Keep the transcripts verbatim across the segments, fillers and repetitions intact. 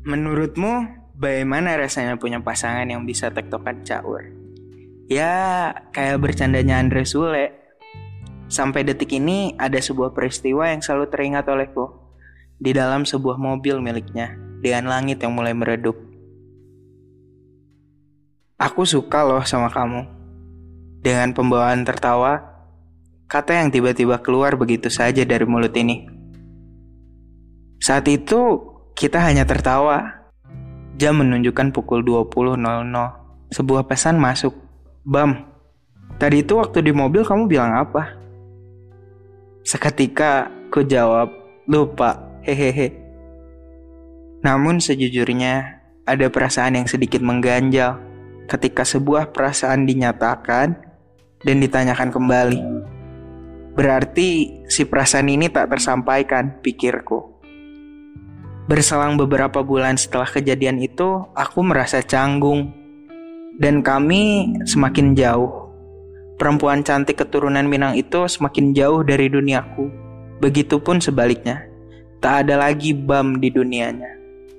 Menurutmu, bagaimana rasanya punya pasangan yang bisa tektokan caur? Ya, kayak bercandanya Andre Sule. Sampai detik ini ada sebuah peristiwa yang selalu teringat olehku. Di dalam sebuah mobil miliknya, dengan langit yang mulai meredup. Aku suka loh sama kamu. Dengan pembawaan tertawa, kata yang tiba-tiba keluar begitu saja dari mulut ini. Saat itu, kita hanya tertawa. Jam menunjukkan pukul dua puluh nol nol. Sebuah pesan masuk. Bam, tadi itu waktu di mobil kamu bilang apa? Seketika ku jawab, lupa, hehehe. Namun sejujurnya, ada perasaan yang sedikit mengganjal ketika sebuah perasaan dinyatakan dan ditanyakan kembali. Berarti si perasaan ini tak tersampaikan, pikirku. Berselang beberapa bulan setelah kejadian itu, aku merasa canggung. Dan kami semakin jauh. Perempuan cantik keturunan Minang itu semakin jauh dari duniaku. Begitupun sebaliknya. Tak ada lagi Bam di dunianya.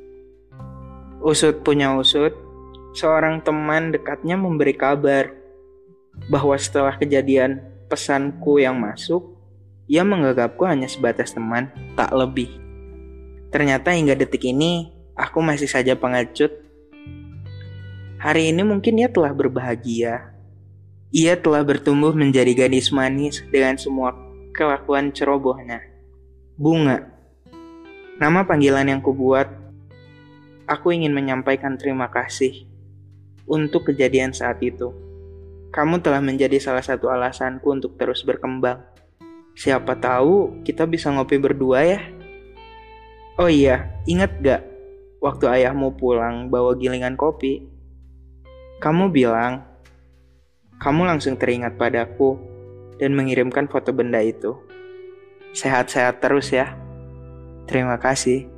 Usut punya usut, seorang teman dekatnya memberi kabar bahwa setelah kejadian pesanku yang masuk, ia menganggapku hanya sebatas teman, tak lebih. Ternyata hingga detik ini, aku masih saja pengecut. Hari ini mungkin ia telah berbahagia. Ia telah bertumbuh menjadi gadis manis dengan semua kelakuan cerobohnya. Bunga. Nama panggilan yang kubuat. Aku ingin menyampaikan terima kasih untuk kejadian saat itu. Kamu telah menjadi salah satu alasanku untuk terus berkembang. Siapa tahu kita bisa ngopi berdua ya? Oh iya, ingat gak waktu ayahmu pulang bawa gilingan kopi? Kamu bilang, kamu langsung teringat padaku dan mengirimkan foto benda itu. Sehat-sehat terus ya. Terima kasih.